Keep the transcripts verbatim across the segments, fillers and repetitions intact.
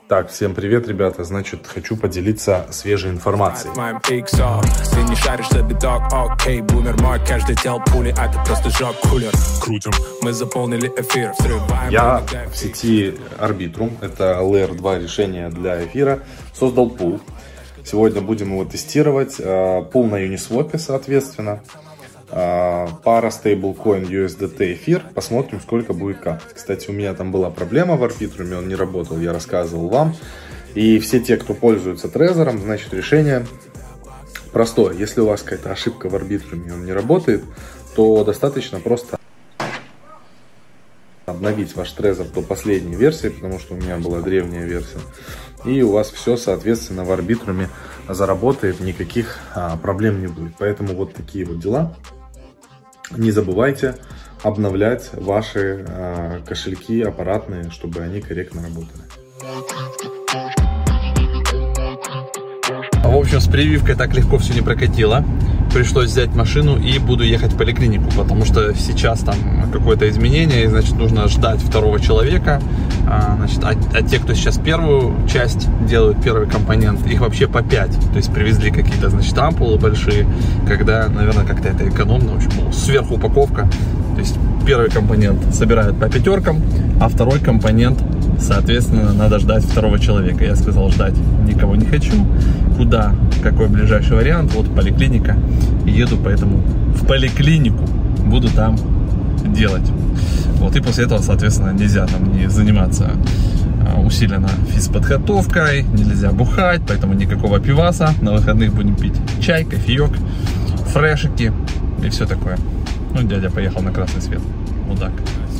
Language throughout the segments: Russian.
Так, всем привет, ребята. Значит, хочу поделиться свежей информацией. Я в сети Arbitrum, это эл эр два решение для эфира, создал пул. Сегодня будем его тестировать. Пул на Uniswap, соответственно. Пара стейблкоин ю эс ди ти эфир. Посмотрим, сколько будет капать. Кстати, у меня там была проблема в Arbitrum, он не работал, я рассказывал вам. И все те, кто пользуется Trezor, значит, решение простое. Если у вас какая-то ошибка в Arbitrum и он не работает, то достаточно просто обновить ваш Trezor до последней версии, потому что у меня была древняя версия. И у вас все, соответственно, в Arbitrum заработает, никаких а, проблем не будет. Поэтому вот такие вот дела. Не забывайте обновлять ваши э, кошельки аппаратные, чтобы они корректно работали. В общем, с прививкой так легко все не прокатило. Пришлось взять машину и буду ехать в поликлинику, потому что сейчас там какое-то изменение, и, значит, нужно ждать второго человека. А, значит, а, а те, кто сейчас первую часть делают, первый компонент, их вообще по пять. То есть привезли какие-то, значит, ампулы большие, когда, наверное, как-то это экономно. В общем, сверху упаковка. То есть первый компонент собирают по пятеркам, а второй компонент, соответственно, надо ждать второго человека. Я сказал, ждать никого не хочу. Куда? Какой ближайший вариант? Вот поликлиника. Еду поэтому в поликлинику. Буду там делать. Вот, и после этого, соответственно, нельзя там не заниматься усиленно физподготовкой, нельзя бухать, поэтому никакого пиваса. На выходных будем пить чай, кофеек, фрешики и все такое. Ну, дядя поехал на красный свет. Мудак.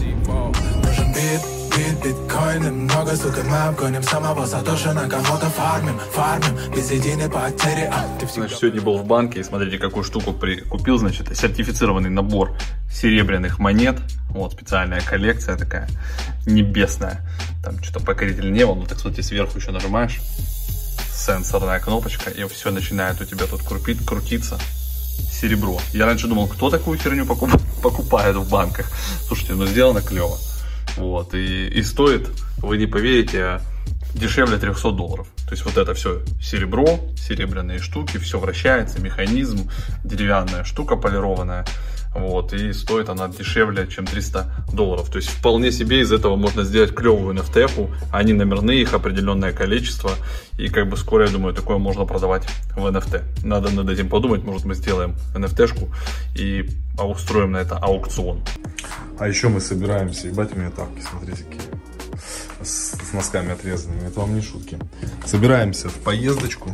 Биткоины много, сука, мы обгоним самого Сатоши, на кого-то фармим, фармим, без единой потери. А, значит, сегодня был в банке и смотрите, какую штуку купил, значит, сертифицированный набор серебряных монет. Вот, специальная коллекция такая, небесная. Там что-то покоритель неба, ну так, кстати, сверху еще нажимаешь, сенсорная кнопочка, и все начинает у тебя тут крутить, крутиться. Серебро. Я раньше думал, кто такую херню покупает в банках. Слушайте, ну сделано клево. Вот, и, и стоит, вы не поверите, дешевле трехсот долларов. То есть вот это все серебро, серебряные штуки, все вращается, механизм, деревянная штука полированная. Вот, и стоит она дешевле, чем триста долларов. То есть вполне себе из этого можно сделать клевую эн эф ти-ку. Они номерные, их определенное количество. И как бы скоро, я думаю, такое можно продавать в эн эф ти. Надо над этим подумать, может мы сделаем эн эф ти-шку и устроим на это аукцион. А еще мы собираемся, ебать, у меня тапки, смотрите, какие, с, с носками отрезанными, это вам не шутки. Собираемся в поездочку,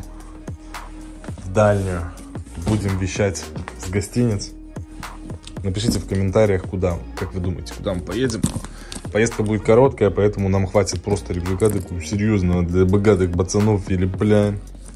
в дальнюю, будем вещать с гостиниц. Напишите в комментариях, куда, как вы думаете, куда мы поедем. Поездка будет короткая, поэтому нам хватит просто рюкзака такого серьезного для богатых пацанов или, бля.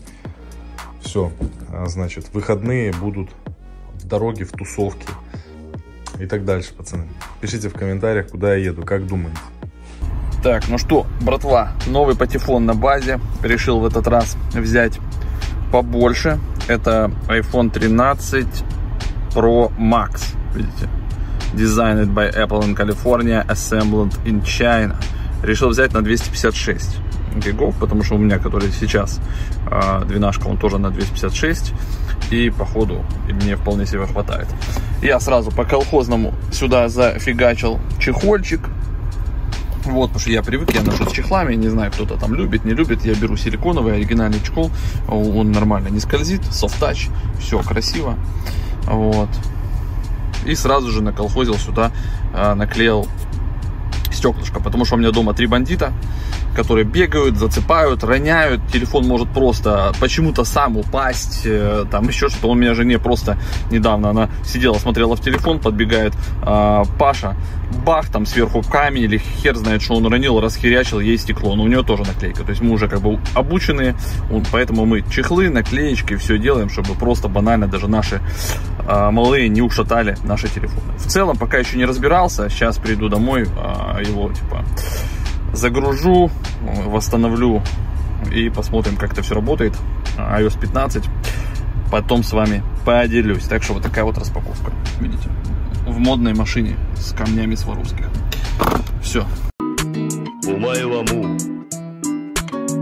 Все, значит, выходные будут в дороге, в тусовке и так дальше, пацаны. Пишите в комментариях, куда я еду, как думаете. Так, ну что, братва, новый патефон на базе. Решил в этот раз взять побольше. Это айфон тринадцать про макс. Видите? Designed by Apple in California, assembled in China. Решил взять на двести пятьдесят шесть гигов, потому что у меня, который сейчас двенашка, он тоже на двести пятьдесят шесть. И походу мне вполне себе хватает. Я сразу по колхозному сюда зафигачил чехольчик. Вот, потому что я привык, я ношу с чехлами, не знаю, кто-то там любит, не любит. Я беру силиконовый оригинальный чехол, он нормально не скользит, soft touch, все красиво. Вот. И сразу же наколхозил сюда, наклеил стеклышко, потому что у меня дома три бандита, которые бегают, зацепают, роняют. Телефон может просто почему-то сам упасть, там еще что-то. У меня жене просто недавно, она сидела, смотрела в телефон, подбегает э, Паша, бах, там сверху камень или хер знает, что он уронил, расхерячил ей стекло. Но у нее тоже наклейка, то есть мы уже как бы обученные, поэтому мы чехлы, наклеечки, все делаем, чтобы просто банально даже наши э, малые не ушатали наши телефоны. В целом пока еще не разбирался, сейчас приду домой, э, его типа загружу, восстановлю и посмотрим, как это все работает. ай о эс пятнадцать. Потом с вами поделюсь. Так что вот такая вот распаковка. Видите? В модной машине с камнями Сваровских. Все.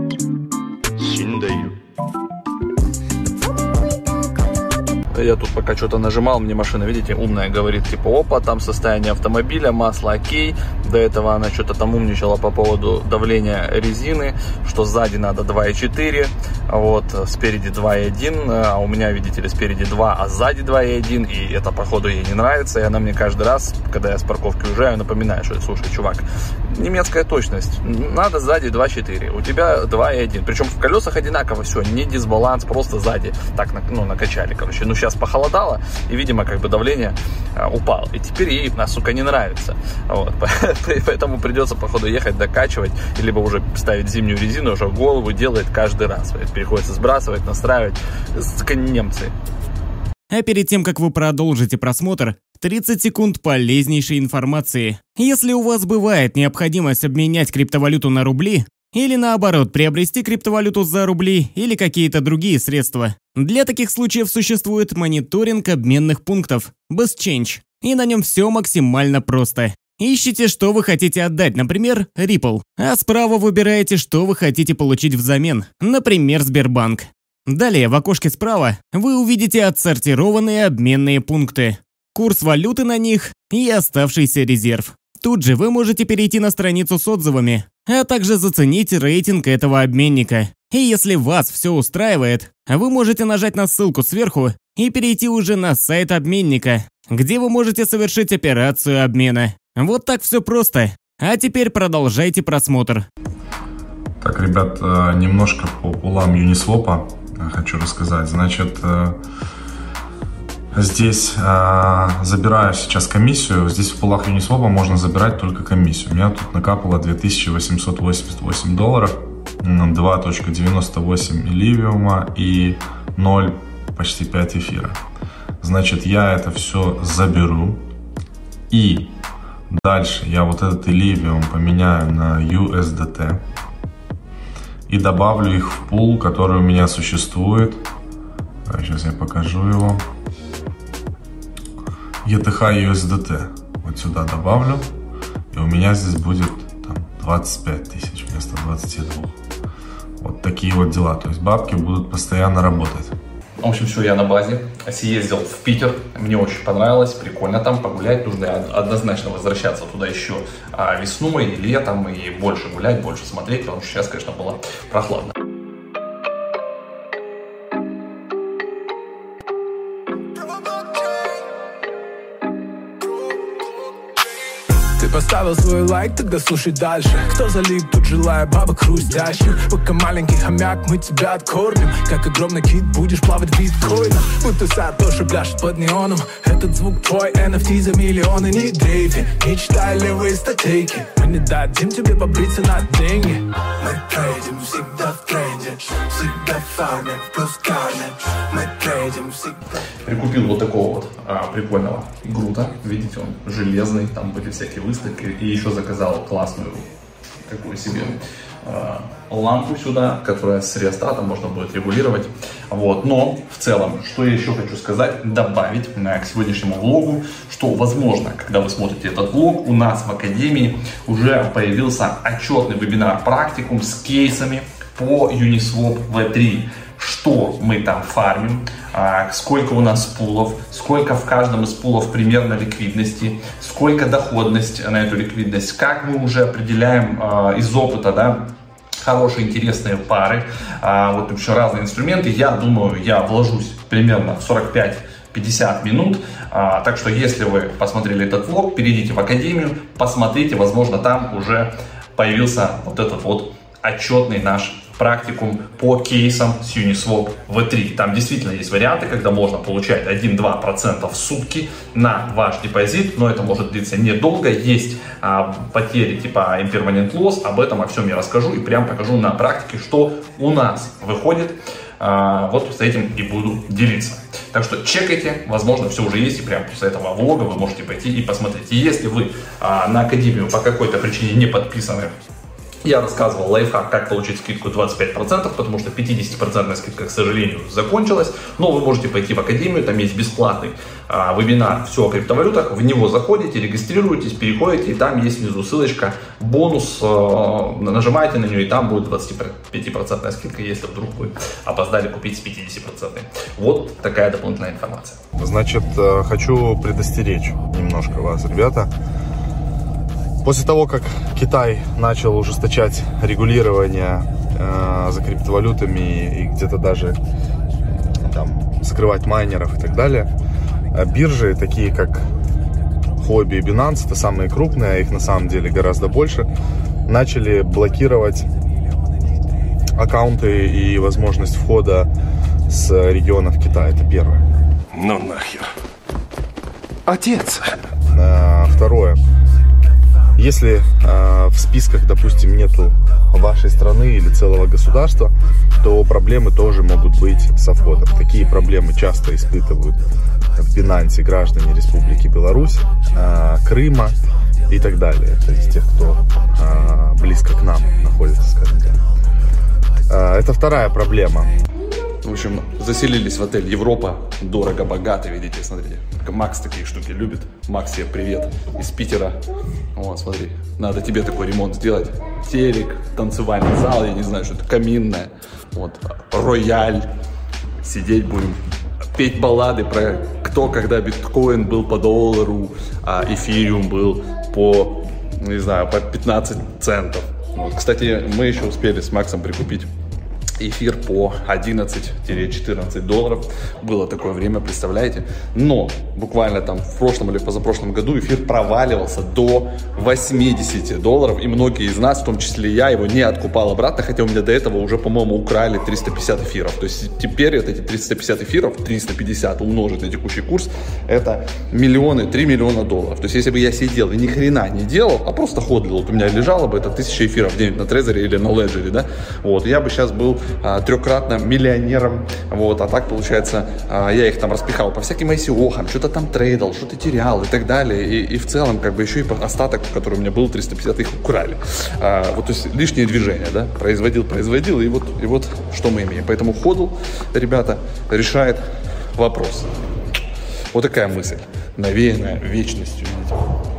情的有。 Я тут пока что-то нажимал, мне машина, видите, умная говорит, типа, опа, там состояние автомобиля, масло окей. До этого она что-то там умничала по поводу давления резины, что сзади надо два и четыре, вот, спереди два и один, а у меня, видите ли, спереди два, а сзади два и один, и это, походу, ей не нравится, и она мне каждый раз, когда я с парковки уезжаю, напоминает, что, слушай, чувак, немецкая точность, надо сзади два и четыре, у тебя два и один, причем в колесах одинаково все, не дисбаланс, просто сзади, так, ну, накачали, короче, ну, сейчас похолодало, и, видимо, как бы давление а, упало. И теперь ей, а, сука, не нравится. Вот. Поэтому придется, походу, ехать докачивать, либо уже ставить зимнюю резину, уже голову делает каждый раз. Приходится сбрасывать, настраивать. Сука, немцы. А перед тем, как вы продолжите просмотр, тридцать секунд полезнейшей информации. Если у вас бывает необходимость обменять криптовалюту на рубли, или наоборот, приобрести криптовалюту за рубли или какие-то другие средства. Для таких случаев существует мониторинг обменных пунктов BestChange, и на нем все максимально просто. Ищите, что вы хотите отдать, например, Ripple, а справа выбираете, что вы хотите получить взамен, например, Сбербанк. Далее в окошке справа вы увидите отсортированные обменные пункты, курс валюты на них и оставшийся резерв. Тут же вы можете перейти на страницу с отзывами, а также заценить рейтинг этого обменника. И если вас все устраивает, вы можете нажать на ссылку сверху и перейти уже на сайт обменника, где вы можете совершить операцию обмена. Вот так все просто. А теперь продолжайте просмотр. Так, ребят, немножко по пулам Uniswap хочу рассказать. Значит, здесь э, забираю сейчас комиссию. Здесь в пулах Uniswap можно забирать только комиссию. У меня тут накапало две тысячи восемьсот восемьдесят восемь долларов, два целых девяносто восемь эливиума и ноль, почти пять эфира. Значит, я это все заберу. И дальше я вот этот эливиум поменяю на ю эс ди ти. И добавлю их в пул, который у меня существует. Сейчас я покажу его. и ти эйч ю эс ди ти. Вот сюда добавлю. И у меня здесь будет там, двадцать пять тысяч вместо двадцати двух. Вот такие вот дела. То есть бабки будут постоянно работать. В общем, все, я на базе. Съездил в Питер. Мне очень понравилось. Прикольно там погулять. Нужно однозначно возвращаться туда еще весной и летом. И больше гулять, больше смотреть. Потому что сейчас, конечно, было прохладно. Поставил свой лайк, тогда слушай дальше. Кто залип, тут желая бабок хрустящих. Пока маленький хомяк, мы тебя откормим. Как огромный кит, будешь плавать в биткоинах. Будто Сатоши пляшет под неоном. Этот звук твой, эн эф ти за миллионы. Не дрейфи, не читай левые статейки. Мы не дадим тебе побриться на деньги. Мы трейдим всегда в тренде. Всегда фармим, плюс кармим. Мы трейдим всегда. Прикупил вот такого вот а, прикольного грута. Видите, он железный, там были всякие выставки. И еще заказал классную такую себе э, лампу сюда, которая с реостатом можно будет регулировать. Вот. Но в целом, что я еще хочу сказать, добавить э, к сегодняшнему влогу, что возможно, когда вы смотрите этот влог, у нас в Академии уже появился отчетный вебинар практикум с кейсами по Uniswap ви три. Что мы там фармим, сколько у нас пулов, сколько в каждом из пулов примерно ликвидности, сколько доходность на эту ликвидность, как мы уже определяем из опыта, да, хорошие интересные пары, вот еще разные инструменты. Я думаю, я вложусь примерно в сорок пять — пятьдесят минут, так что если вы посмотрели этот влог, перейдите в Академию, посмотрите, возможно, там уже появился вот этот вот отчетный наш практикум по кейсам с Uniswap ви три. Там действительно есть варианты, когда можно получать один-два процента в сутки на ваш депозит, но это может длиться недолго. Есть а, потери типа impermanent loss, об этом о всем я расскажу и прям покажу на практике, что у нас выходит. А, вот с этим и буду делиться. Так что чекайте, возможно, все уже есть, и прямо после этого влога вы можете пойти и посмотреть. И если вы а, на Академию по какой-то причине не подписаны Я рассказывал лайфхак, как получить скидку двадцать пять процентов, потому что пятидесятипроцентная скидка, к сожалению, закончилась. Но вы можете пойти в академию, там есть бесплатный а, вебинар «Все о криптовалютах». В него заходите, регистрируетесь, переходите, и там есть внизу ссылочка, бонус, а, нажимаете на нее, и там будет двадцатипятипроцентная скидка, если вдруг вы опоздали купить с пятидесятипроцентной. Вот такая дополнительная информация. Значит, хочу предостеречь немножко вас, ребята. После того, как Китай начал ужесточать регулирование э, за криптовалютами и где-то даже там, закрывать майнеров и так далее, биржи, такие как Huobi и Binance, это самые крупные, а их на самом деле гораздо больше, начали блокировать аккаунты и возможность входа с регионов Китая. Это первое. Ну нахер. Отец. Э, второе. Если э, в списках, допустим, нету вашей страны или целого государства, то проблемы тоже могут быть со входом. Такие проблемы часто испытывают в Binance граждане Республики Беларусь, э, Крыма и так далее. То есть тех, кто э, близко к нам находится, скажем так. Э, это вторая проблема. В общем, заселились в отель Европа, дорого-богато, видите, смотрите. Макс такие штуки любит. Макс, тебе привет из Питера. Вот, смотри, надо тебе такой ремонт сделать. Телек, танцевальный зал, я не знаю, что это, каминная. Вот, рояль. Сидеть будем, петь баллады про кто, когда биткоин был по доллару, а эфириум был по, не знаю, по пятнадцать центов. Вот. Кстати, мы еще успели с Максом прикупить эфир по одиннадцать-четырнадцать долларов. Было такое время, представляете? Но буквально там в прошлом или позапрошлом году эфир проваливался до восьмидесяти долларов. И многие из нас, в том числе я, его не откупал обратно. Хотя у меня до этого уже, по-моему, украли триста пятьдесят эфиров. То есть теперь вот эти триста пятьдесят эфиров, триста пятьдесят умножить на текущий курс, это миллионы, три миллиона долларов. То есть если бы я сидел и ни хрена не делал, а просто ходлил, вот у меня лежало бы это тысяча эфиров где-нибудь на Трезоре или на Леджере, да? Вот, я бы сейчас был трехкратно миллионером, вот, а так получается, я их там распихал по всяким ай си охам, что-то там трейдал, что-то терял и так далее, и, и в целом, как бы, еще и остаток, который у меня был, триста пятьдесят, их украли, а, вот, то есть, лишнее движение, да, производил, производил, и вот, и вот, что мы имеем, поэтому ходл, ребята, решает вопрос, вот такая мысль, навеянная вечностью, видите.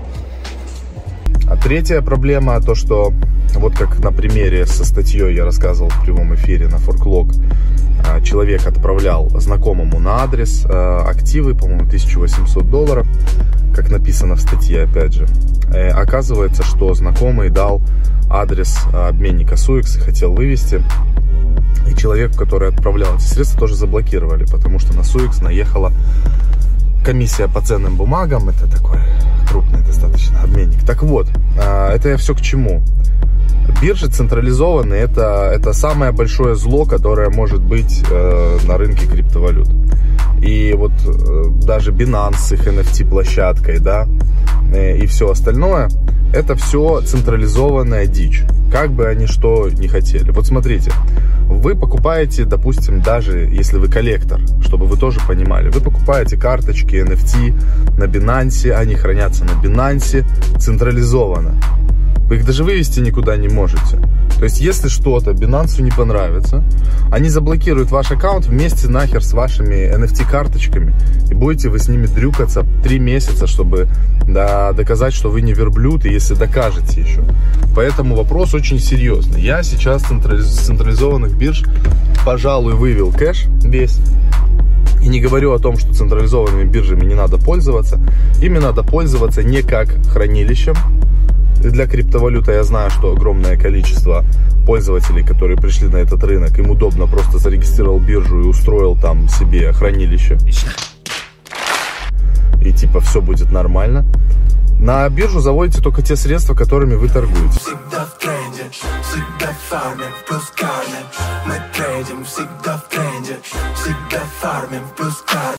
А третья проблема, то что, вот как на примере со статьей я рассказывал в прямом эфире на ForkLog, человек отправлял знакомому на адрес активы, по-моему, тысяча восемьсот долларов, как написано в статье, опять же. И оказывается, что знакомый дал адрес обменника Суикс и хотел вывести. И человек, который отправлял эти средства, тоже заблокировали, потому что на Суикс наехала комиссия по ценным бумагам. Это такой крупный достаточно обменник. Так вот, это я все к чему. Биржи централизованные, это, это самое большое зло, которое может быть э, на рынке криптовалют. И вот э, даже Binance с их эн эф ти-площадкой, да, э, и все остальное, это все централизованная дичь. Как бы они что ни хотели. Вот смотрите, вы покупаете, допустим, даже если вы коллектор, чтобы вы тоже понимали, вы покупаете карточки эн эф ти на Binance, они хранятся на Binance централизованно. Вы их даже вывести никуда не можете. То есть, если что-то Binance не понравится, они заблокируют ваш аккаунт вместе нахер с вашими эн эф ти-карточками. И будете вы с ними дрюкаться три месяца, чтобы да, доказать, что вы не верблюд, и если докажете еще. Поэтому вопрос очень серьезный. Я сейчас централиз... с централизованных бирж, пожалуй, вывел кэш весь. И не говорю о том, что централизованными биржами не надо пользоваться. Ими надо пользоваться не как хранилищем. Для криптовалюты я знаю, что огромное количество пользователей, которые пришли на этот рынок, им удобно просто зарегистрировал биржу и устроил там себе хранилище. И типа все будет нормально. На биржу заводите только те средства, которыми вы торгуете. Всегда в тренде, всегда фармим, плюс кармим. Мы трейдим, всегда в тренде, всегда фармим, плюс кармим.